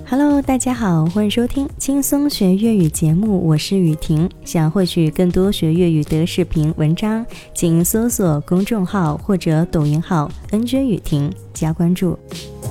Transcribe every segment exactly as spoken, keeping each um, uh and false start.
Hello， 大家好，欢迎收听轻松学粤语节目，我是雨婷。想获取更多学粤语的视频文章，请搜索公众号或者抖音号 N J 雨婷加关注。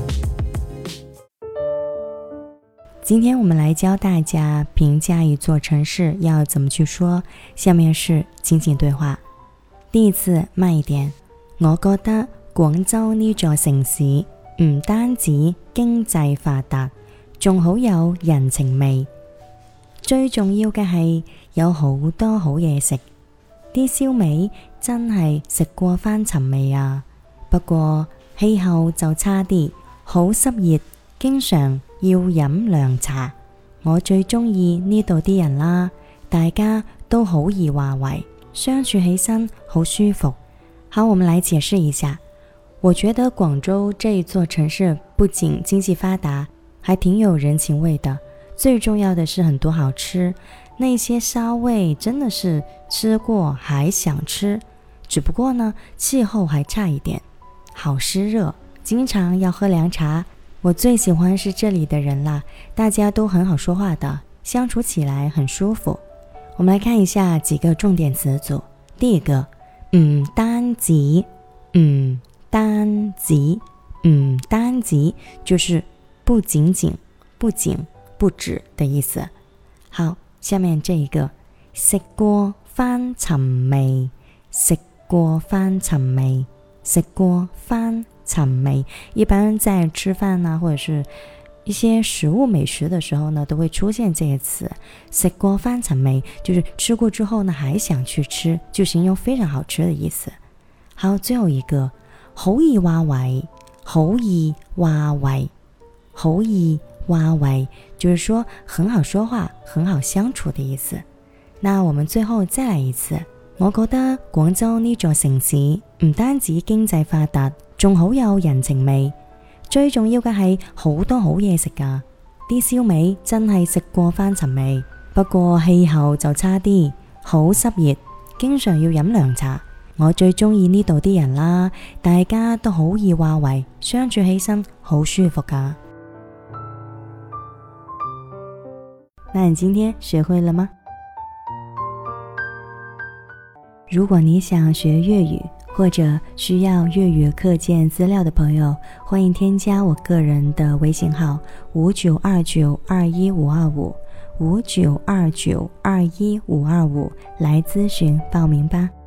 今天我们来教大家评价一座城市要怎么去说，下面是情景对话。第一次慢一點，我覺得廣州呢座城市唔單止經濟發達，仲好有人情味，最重要嘅係有好多好嘢食，啲燒味真係食過翻尋味啊！不過氣候就差啲，好濕熱，經常要飲涼茶。我最中意呢度啲人啦，大家都好易話為，相處起身好舒服。好，我們來解釋一下。我覺得廣州這一座城市不僅經濟發達，還挺有人情味的，最重要的是很多好吃，那些燒味真的是吃過還想吃，只不過呢氣候還差一點，好濕熱，經常要喝涼茶。我最喜歡是這裡的人啦，大家都很好說話的，相處起來很舒服。我們來看一下幾個重點詞組。第一個，唔單止，唔單止，唔單止就是不僅僅，不僅，不止的意思。好，下面這一個，食過翻尋味，食過翻尋味，食過翻尋味，一般在吃飯啊，或者是一些食物美食的時候呢，都會出現這個詞。食過翻尋味就是吃過之後呢，還想去吃，就形容非常好吃的意思。好，最後一個，好易話為，好易話為，好易話為就是說很好說話，很好相處的意思。那我們最後再來一次。我覺得廣州呢座城市唔單止經濟發達，仲好有人情味，最重要嘅係好多好嘢食㗎，啲燒味真係食過翻尋味，不過氣候就差啲，好濕熱，經常要飲涼茶。我最中意呢度啲人啦，大家都好易話為，相處起身好舒服㗎。那你今天學會了嗎？如果你想學粵語或者需要粵語課件資料的朋友，歡迎添加我個人的微信號五九二九二一五二五五九二九二一五二五來諮詢報名吧。